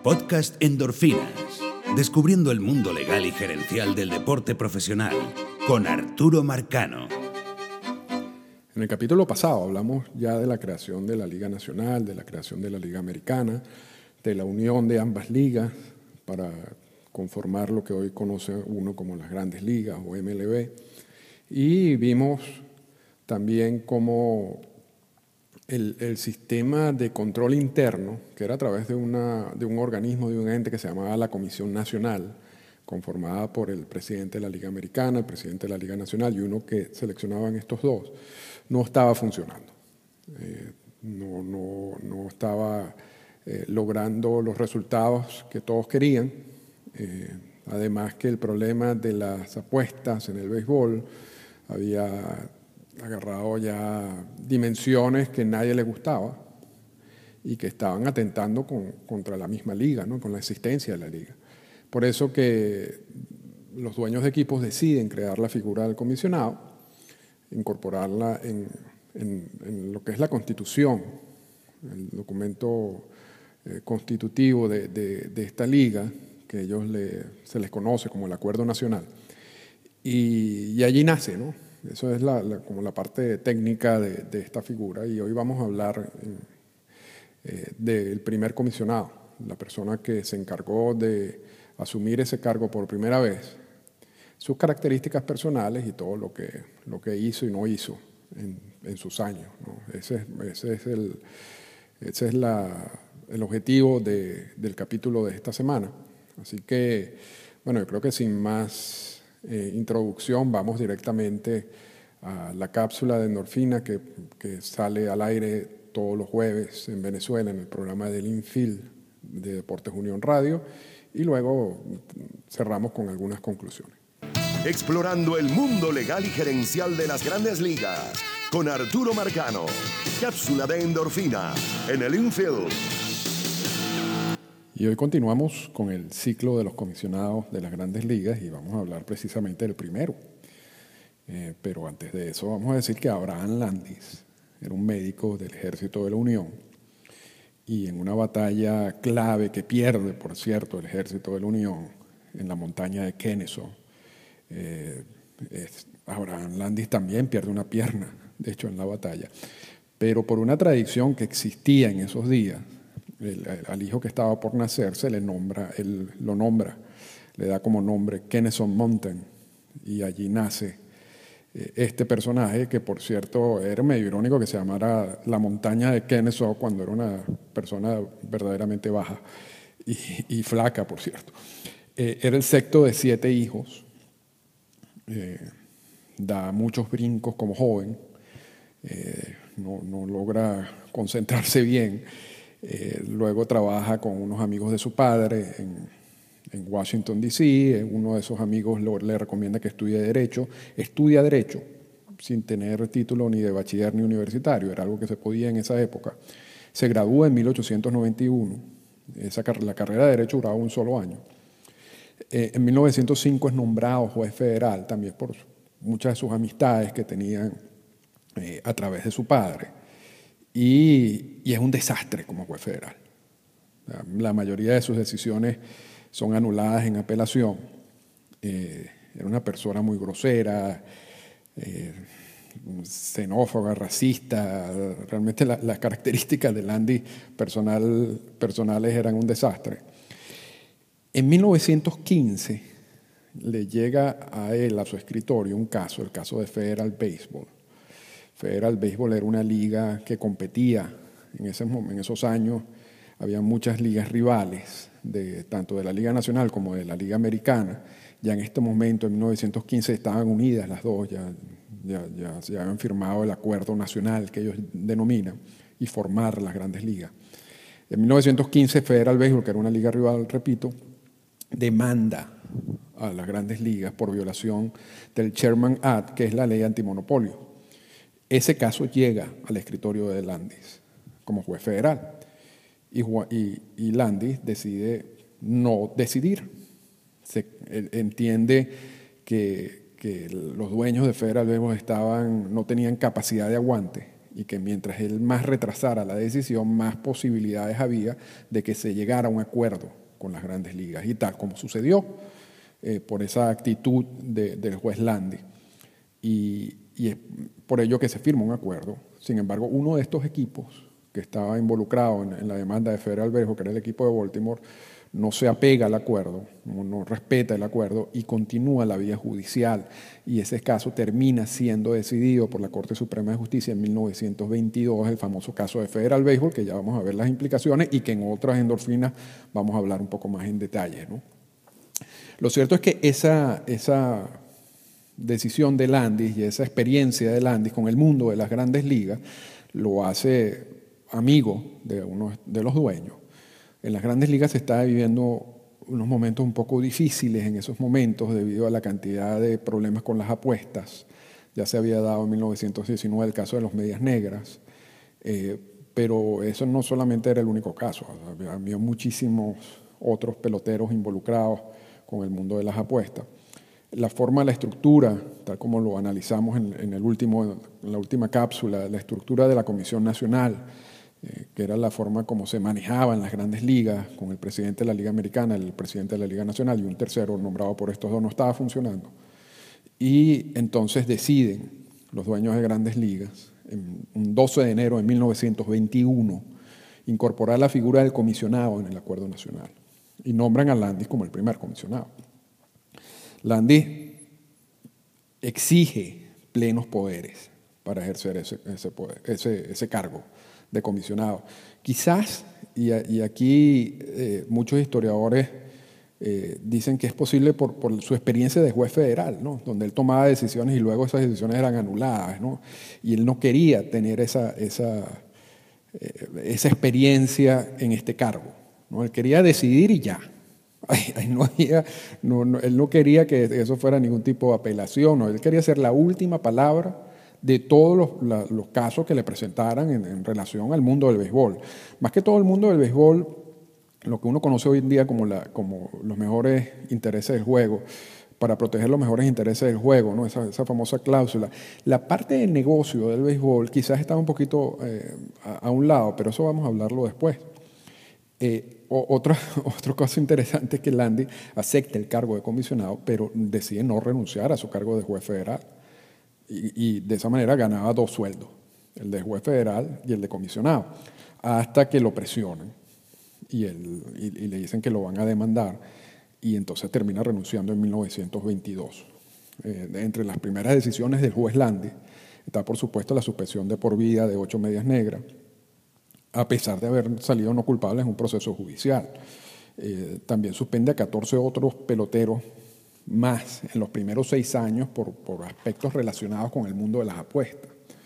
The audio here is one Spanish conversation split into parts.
Podcast Endorfinas. Descubriendo el mundo legal y gerencial del deporte profesional con Arturo Marcano. En el capítulo pasado hablamos ya de la creación de la Liga Nacional, de la creación de la Liga Americana, de la unión de ambas ligas para conformar lo que hoy conoce uno como las Grandes Ligas o MLB. Y vimos también cómo el sistema de control interno, que era a través de un organismo, de un ente que se llamaba la Comisión Nacional, conformada por el presidente de la Liga Americana, el presidente de la Liga Nacional y uno que seleccionaban estos dos, no estaba funcionando. No estaba logrando los resultados que todos querían. Además que el problema de las apuestas en el béisbol había agarrado ya dimensiones que a nadie le gustaba y que estaban atentando contra la misma liga, ¿no? Con la existencia de la liga. Por eso que los dueños de equipos deciden crear la figura del comisionado, incorporarla en lo que es la Constitución, el documento constitutivo de esta liga, que ellos se les conoce como el Acuerdo Nacional. Y allí nace, ¿no? Eso es como la parte técnica de esta figura. Y hoy vamos a hablar del primer comisionado, la persona que se encargó de asumir ese cargo por primera vez, sus características personales y todo lo que hizo y no hizo en sus años, ¿no? Ese es el objetivo del capítulo de esta semana. Así que, bueno, yo creo que sin más introducción vamos directamente a la cápsula de endorfina que sale al aire todos los jueves en Venezuela en el programa del Infield de Deportes Unión Radio y luego cerramos con algunas conclusiones. Explorando el mundo legal y gerencial de las Grandes Ligas con Arturo Marcano. Cápsula de endorfina en el Infield. Y hoy continuamos con el ciclo de los comisionados de las Grandes Ligas y vamos a hablar precisamente del primero. Pero antes de eso vamos a decir que Abraham Landis era un médico del Ejército de la Unión y en una batalla clave que pierde, por cierto, el Ejército de la Unión en la montaña de Kennesaw, Abraham Landis también pierde una pierna, de hecho, en la batalla. Pero por una tradición que existía en esos días, al hijo que estaba por nacer él lo nombra, le da como nombre Kennesaw Mountain y allí nace este personaje que, por cierto, era medio irónico que se llamara la montaña de Kennesaw cuando era una persona verdaderamente baja y flaca, por cierto. Era el sexto de 7 hijos, da muchos brincos como joven, no logra concentrarse bien. Luego trabaja con unos amigos de su padre en Washington, D.C. Uno de esos amigos le recomienda que estudie Derecho. Estudia Derecho sin tener título ni de bachiller ni universitario. Era algo que se podía en esa época. Se gradúa en 1891. La carrera de Derecho duraba un solo año. En 1905 es nombrado juez federal, también por muchas de sus amistades que tenían a través de su padre. Y es un desastre como juez federal. La mayoría de sus decisiones son anuladas en apelación. Era una persona muy grosera, xenófoba, racista. Realmente las características de Landis personales eran un desastre. En 1915 le llega a su escritorio un caso, el caso de Federal Baseball. Federal Baseball era una liga que competía en esos años. Había muchas ligas rivales, tanto de la Liga Nacional como de la Liga Americana. Ya en este momento, en 1915, estaban unidas las dos, ya habían firmado el Acuerdo Nacional que ellos denominan y formar las Grandes Ligas. En 1915, Federal Baseball, que era una liga rival, repito, demanda a las Grandes Ligas por violación del Sherman Act, que es la ley antimonopolio. Ese caso llega al escritorio de Landis como juez federal y Landis decide no decidir. Él entiende que los dueños de Federal Baseball no tenían capacidad de aguante y que mientras él más retrasara la decisión, más posibilidades había de que se llegara a un acuerdo con las grandes ligas, y tal como sucedió por esa actitud del juez Landy. Y es por ello que se firma un acuerdo. Sin embargo, uno de estos equipos que estaba involucrado en la demanda de Federal Baseball, que era el equipo de Baltimore, no se apega al acuerdo, no respeta el acuerdo y continúa la vía judicial. Y ese caso termina siendo decidido por la Corte Suprema de Justicia en 1922, el famoso caso de Federal Baseball, que ya vamos a ver las implicaciones y que en otras endorfinas vamos a hablar un poco más en detalle, ¿no? Lo cierto es que esa decisión de Landis y esa experiencia de Landis con el mundo de las grandes ligas lo hace amigo de uno de los dueños. En las grandes ligas se está viviendo unos momentos un poco difíciles en esos momentos debido a la cantidad de problemas con las apuestas. Ya se había dado en 1919 el caso de los Medias Negras, pero eso no solamente era el único caso. Había muchísimos otros peloteros involucrados con el mundo de las apuestas. La forma, la estructura, tal como lo analizamos en la última cápsula, la estructura de la Comisión Nacional, que era la forma como se manejaba en las grandes ligas, con el presidente de la Liga Americana, el presidente de la Liga Nacional y un tercero nombrado por estos dos, no estaba funcionando. Y entonces deciden los dueños de grandes ligas, un 12 de enero de 1921, incorporar la figura del comisionado en el acuerdo nacional y nombran a Landis como el primer comisionado. Landis exige plenos poderes para ejercer ese cargo de comisionado. Quizás, y aquí muchos historiadores dicen que es posible por su experiencia de juez federal, ¿no? Donde él tomaba decisiones y luego esas decisiones eran anuladas, ¿no? Y él no quería tener esa experiencia en este cargo, ¿no? Él quería decidir y ya. Él no quería que eso fuera ningún tipo de apelación, ¿no? Él quería ser la última palabra de todos los casos que le presentaran en relación al mundo del béisbol. Más que todo el mundo del béisbol, lo que uno conoce hoy en día como los mejores intereses del juego, para proteger los mejores intereses del juego, ¿no? Esa famosa cláusula. La parte del negocio del béisbol quizás está un poquito a un lado, pero eso vamos a hablarlo después. Otra cosa interesante es que Landy acepta el cargo de comisionado, pero decide no renunciar a su cargo de juez federal. Y de esa manera ganaba dos sueldos, el de juez federal y el de comisionado, hasta que lo presionan y le dicen que lo van a demandar, y entonces termina renunciando en 1922. Entre las primeras decisiones del juez Landy está, por supuesto, la suspensión de por vida de 8 Medias Negras, a pesar de haber salido no culpables en un proceso judicial. También suspende a 14 otros peloteros más en los primeros 6 años por aspectos relacionados con el mundo de las apuestas.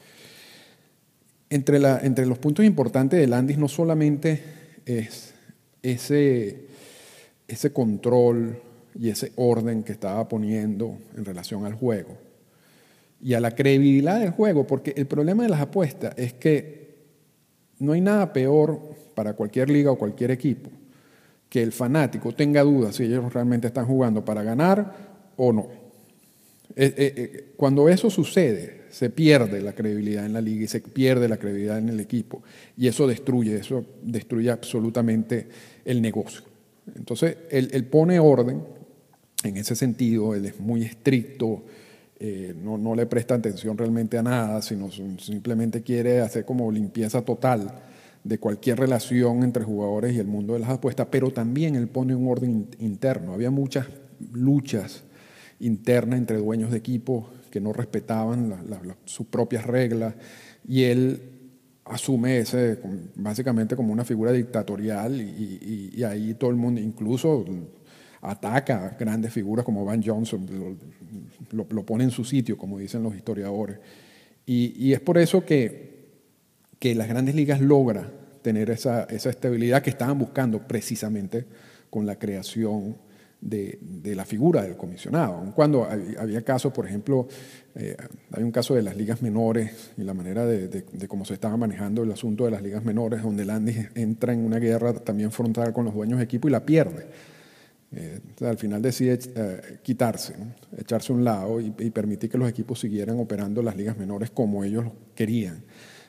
Entre los puntos importantes de Landis no solamente es ese control y ese orden que estaba poniendo en relación al juego y a la credibilidad del juego, porque el problema de las apuestas es que no hay nada peor para cualquier liga o cualquier equipo que el fanático tenga dudas si ellos realmente están jugando para ganar o no. Cuando eso sucede, se pierde la credibilidad en la liga y se pierde la credibilidad en el equipo, y eso destruye absolutamente el negocio. Entonces, él pone orden en ese sentido, él es muy estricto, no le presta atención realmente a nada, sino simplemente quiere hacer como limpieza total de cualquier relación entre jugadores y el mundo de las apuestas, pero también él pone un orden interno. Había muchas luchas internas entre dueños de equipos que no respetaban sus propias reglas, y él asume básicamente como una figura dictatorial, y ahí todo el mundo incluso ataca a grandes figuras como Van Johnson, lo pone en su sitio, como dicen los historiadores. Y es por eso que las grandes ligas logra tener esa estabilidad que estaban buscando precisamente con la creación de la figura del comisionado. Cuando había casos, por ejemplo, hay un caso de las ligas menores y la manera de cómo se estaba manejando el asunto de las ligas menores, donde Landis entra en una guerra también frontal con los dueños de equipo y la pierde. Al final decide quitarse, ¿no? Echarse a un lado y permitir que los equipos siguieran operando las ligas menores como ellos querían.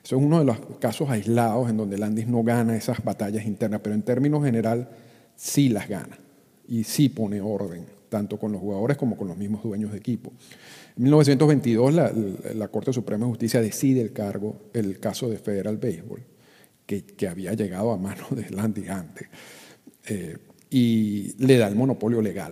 Eso es uno de los casos aislados en donde Landis no gana esas batallas internas, pero en términos general sí las gana y sí pone orden, tanto con los jugadores como con los mismos dueños de equipo. En 1922 la Corte Suprema de Justicia decide el caso de Federal Baseball, que había llegado a manos de Landis antes, y le da el monopolio legal.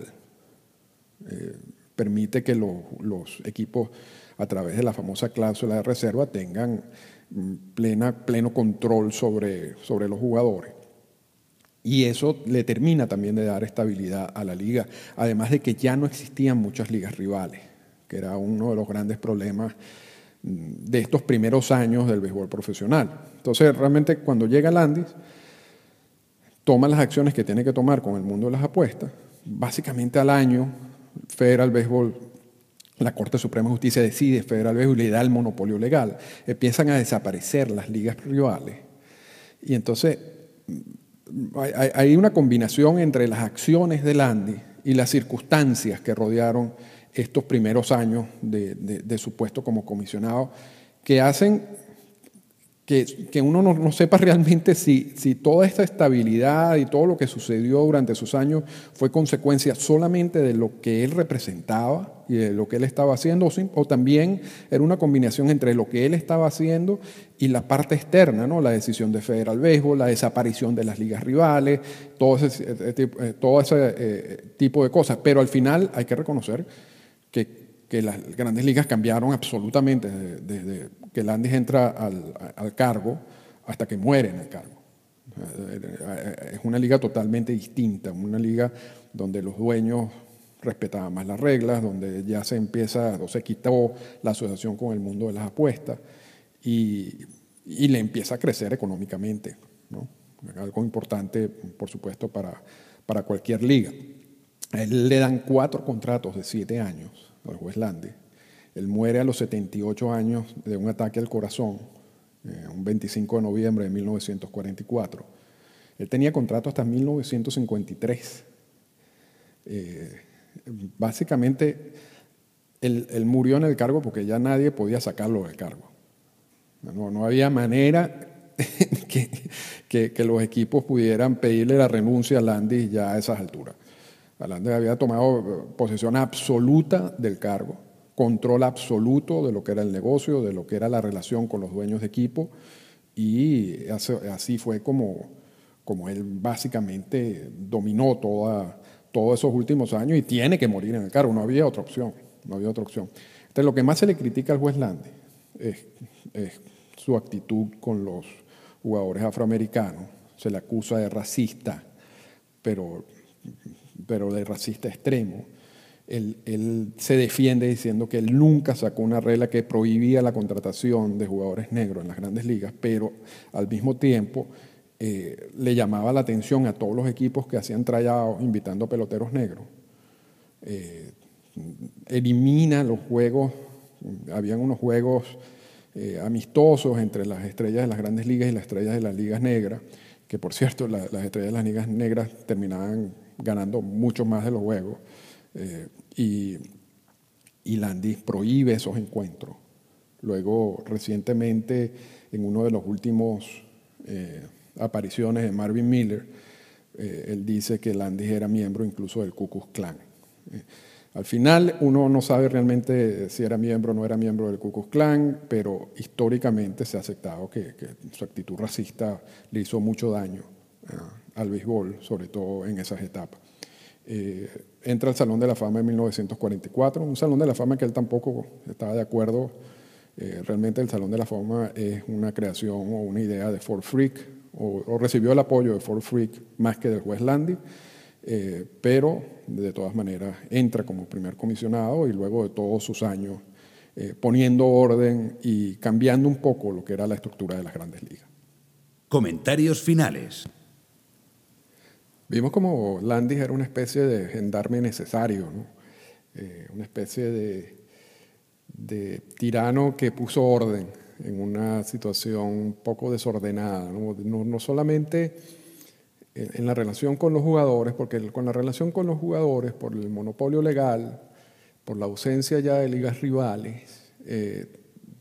Permite que los equipos, a través de la famosa cláusula de reserva, tengan pleno control sobre los jugadores. Y eso le termina también de dar estabilidad a la liga, además de que ya no existían muchas ligas rivales, que era uno de los grandes problemas de estos primeros años del béisbol profesional. Entonces, realmente, cuando llega Landis, toma las acciones que tiene que tomar con el mundo de las apuestas. Básicamente al año, Federal Baseball, la Corte Suprema de Justicia decide Federal Baseball y le da el monopolio legal. Empiezan a desaparecer las ligas rivales. Y entonces hay una combinación entre las acciones de Landis y las circunstancias que rodearon estos primeros años de su puesto como comisionado, que hacen que uno no sepa realmente si toda esta estabilidad y todo lo que sucedió durante sus años fue consecuencia solamente de lo que él representaba y de lo que él estaba haciendo, o también era una combinación entre lo que él estaba haciendo y la parte externa, ¿no? La decisión de Federal Baseball, la desaparición de las ligas rivales, todo ese tipo de cosas. Pero al final hay que reconocer que las grandes ligas cambiaron absolutamente desde que Landis entra al cargo hasta que muere en el cargo. Es una liga totalmente distinta, una liga donde los dueños respetaban más las reglas, donde ya se quitó la asociación con el mundo de las apuestas y le empieza a crecer económicamente, ¿no? Algo importante, por supuesto, para cualquier liga. A él le dan 4 contratos de 7 años al juez Landis. Él muere a los 78 años de un ataque al corazón, un 25 de noviembre de 1944. Él tenía contrato hasta 1953. Básicamente, él murió en el cargo porque ya nadie podía sacarlo del cargo. No había manera que los equipos pudieran pedirle la renuncia a Landis ya a esas alturas. Landis había tomado posesión absoluta del cargo, control absoluto de lo que era el negocio, de lo que era la relación con los dueños de equipo, y así fue como él básicamente dominó todos esos últimos años y tiene que morir en el cargo. No había otra opción. Entonces, lo que más se le critica al juez Landis es su actitud con los jugadores afroamericanos. Se le acusa de racista, pero de racista extremo. Él se defiende diciendo que él nunca sacó una regla que prohibía la contratación de jugadores negros en las grandes ligas, pero al mismo tiempo le llamaba la atención a todos los equipos que hacían tryout invitando peloteros negros. Elimina los juegos, habían unos juegos amistosos entre las estrellas de las grandes ligas y las estrellas de las ligas negras, que por cierto las estrellas de las ligas negras terminaban ganando mucho más de los juegos, y Landis prohíbe esos encuentros. Luego, recientemente, en uno de los últimos apariciones de Marvin Miller, él dice que Landis era miembro incluso del Ku Klux Klan. Al final, uno no sabe realmente si era miembro o no era miembro del Ku Klux Klan, pero históricamente se ha aceptado que su actitud racista le hizo mucho daño al béisbol, sobre todo en esas etapas. Entra al Salón de la Fama en 1944, un Salón de la Fama que él tampoco estaba de acuerdo. Realmente el Salón de la Fama es una creación o una idea de Ford Frick, o recibió el apoyo de Ford Frick más que del juez Landis, pero de todas maneras entra como primer comisionado y luego de todos sus años poniendo orden y cambiando un poco lo que era la estructura de las grandes ligas. Comentarios finales. Vimos como Landis era una especie de gendarme necesario, ¿no? Una especie de tirano que puso orden en una situación un poco desordenada, no solamente en la relación con los jugadores, porque con la relación con los jugadores, por el monopolio legal, por la ausencia ya de ligas rivales,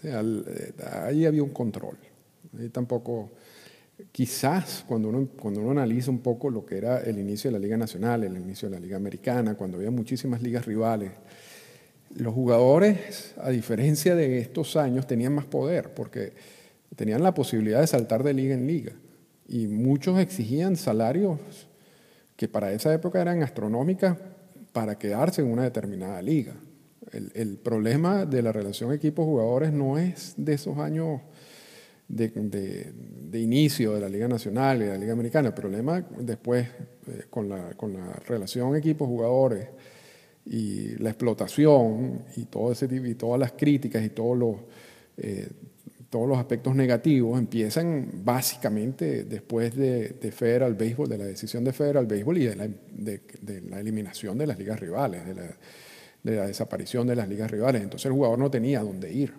O sea, ahí había un control. Ahí tampoco, quizás cuando uno analiza un poco lo que era el inicio de la Liga Nacional, el inicio de la Liga Americana, cuando había muchísimas ligas rivales, los jugadores, a diferencia de estos años, tenían más poder porque tenían la posibilidad de saltar de liga en liga. Y muchos exigían salarios que para esa época eran astronómicas para quedarse en una determinada liga. El problema de la relación equipo-jugadores no es de esos años de inicio de la Liga Nacional y de la Liga Americana. El problema después con la relación equipos-jugadores y la explotación y todo ese tipo, y todas las críticas y todos los aspectos negativos empiezan básicamente después de Federal Baseball, de la decisión de Federal Baseball y de la eliminación de las ligas rivales, de la desaparición de las ligas rivales. Entonces el jugador no tenía dónde ir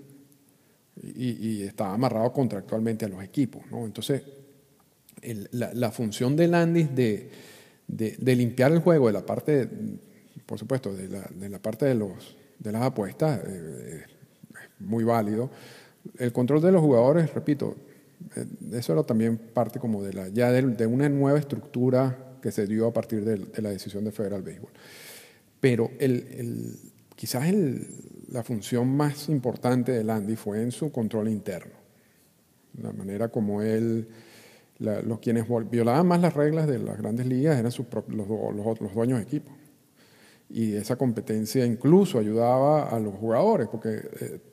y estaba amarrado contractualmente a los equipos, ¿no? Entonces la función de Landis de limpiar el juego de la parte, por supuesto, de la parte de las apuestas es muy válido. El control de los jugadores, repito, eso era también parte como de una nueva estructura que se dio a partir de la decisión de Federal Baseball. Pero quizás la función más importante de Landy fue en su control interno. La manera como quienes violaban más las reglas de las grandes ligas eran los dueños de equipo. Y esa competencia incluso ayudaba a los jugadores, porque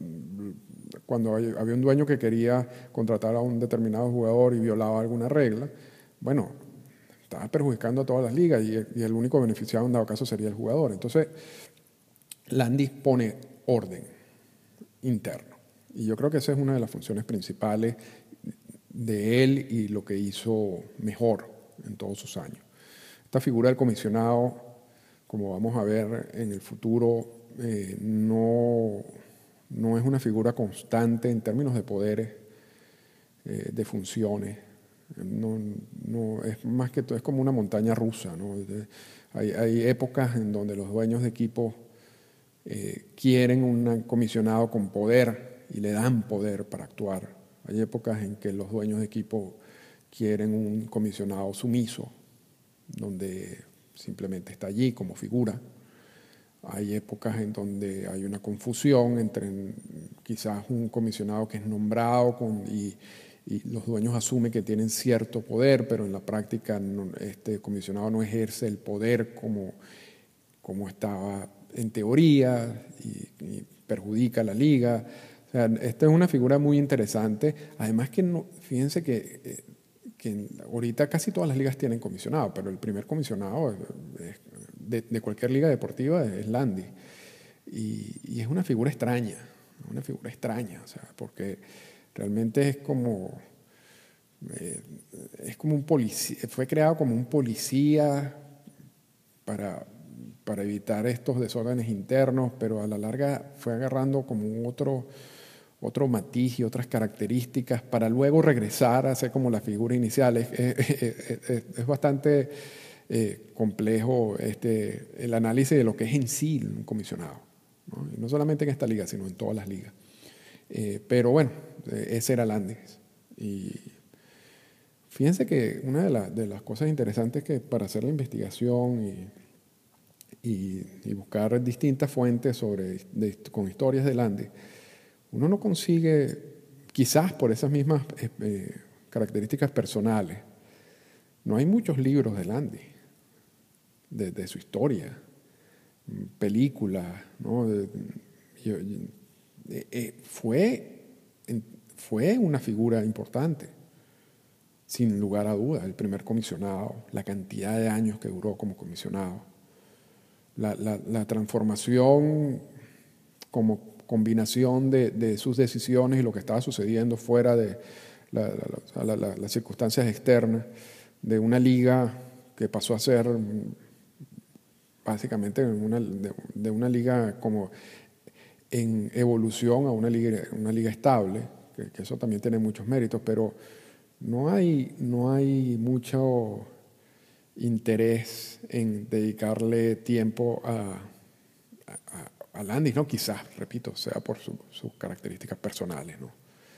cuando había un dueño que quería contratar a un determinado jugador y violaba alguna regla, bueno, estaba perjudicando a todas las ligas y el único beneficiado en dado caso sería el jugador. Entonces, Landis pone orden interno. Y yo creo que esa es una de las funciones principales de él y lo que hizo mejor en todos sus años. Esta figura del comisionado, como vamos a ver en el futuro, no es una figura constante en términos de poderes, de funciones. No, es más que todo, es como una montaña rusa, ¿no? Hay épocas en donde los dueños de equipos quieren un comisionado con poder y le dan poder para actuar. Hay épocas en que los dueños de equipo quieren un comisionado sumiso, donde simplemente está allí como figura. Hay épocas en donde hay una confusión entre quizás un comisionado que es nombrado y los dueños asumen que tienen cierto poder, pero en la práctica este comisionado no ejerce el poder como estaba en teoría y perjudica a la liga. O sea, esta es una figura muy interesante. Además fíjense que ahorita casi todas las ligas tienen comisionado, pero el primer comisionado de cualquier liga deportiva es Landy. Y es una figura extraña, o sea, porque realmente es como un policía, fue creado como un policía para evitar estos desórdenes internos, pero a la larga fue agarrando como otro matiz y otras características para luego regresar a ser como la figura inicial. Es bastante complejo el análisis de lo que es en sí un comisionado, ¿no? Y no solamente en esta liga, sino en todas las ligas. Pero bueno, ese era Landis. Y fíjense que una de las cosas interesantes que para hacer la investigación y buscar distintas fuentes con historias de Landis, uno no consigue, quizás por esas mismas características personales, no hay muchos libros de Landis, de su historia, películas, ¿no? Fue una figura importante, sin lugar a dudas, el primer comisionado, la cantidad de años que duró como comisionado, la transformación como combinación de sus decisiones y lo que estaba sucediendo fuera de las circunstancias externas, de una liga que pasó a ser básicamente de una liga como en evolución a una liga estable, que eso también tiene muchos méritos, pero no hay mucho interés en dedicarle tiempo a a Landis, ¿no? Quizás, repito, sea por sus características personales, ¿no?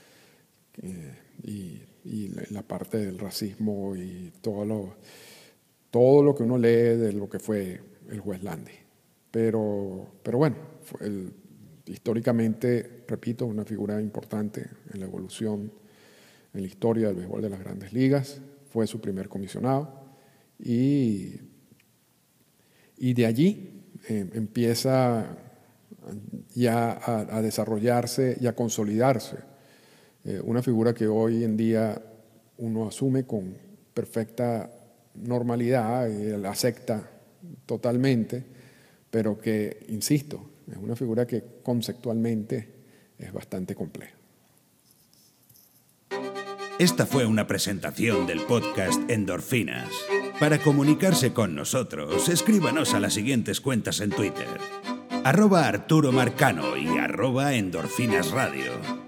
Y la parte del racismo y todo lo que uno lee de lo que fue el juez Landis. Pero bueno, históricamente, repito, una figura importante en la evolución, en la historia del béisbol de las Grandes Ligas. Fue su primer comisionado y de allí empieza ya a desarrollarse y a consolidarse una figura que hoy en día uno asume con perfecta normalidad y la acepta totalmente, pero que, insisto, es una figura que conceptualmente es bastante compleja. Esta fue una presentación del podcast Endorfinas. Para comunicarse con nosotros, escríbanos a las siguientes cuentas en Twitter: @ArturoMarcano y @EndorfinasRadio.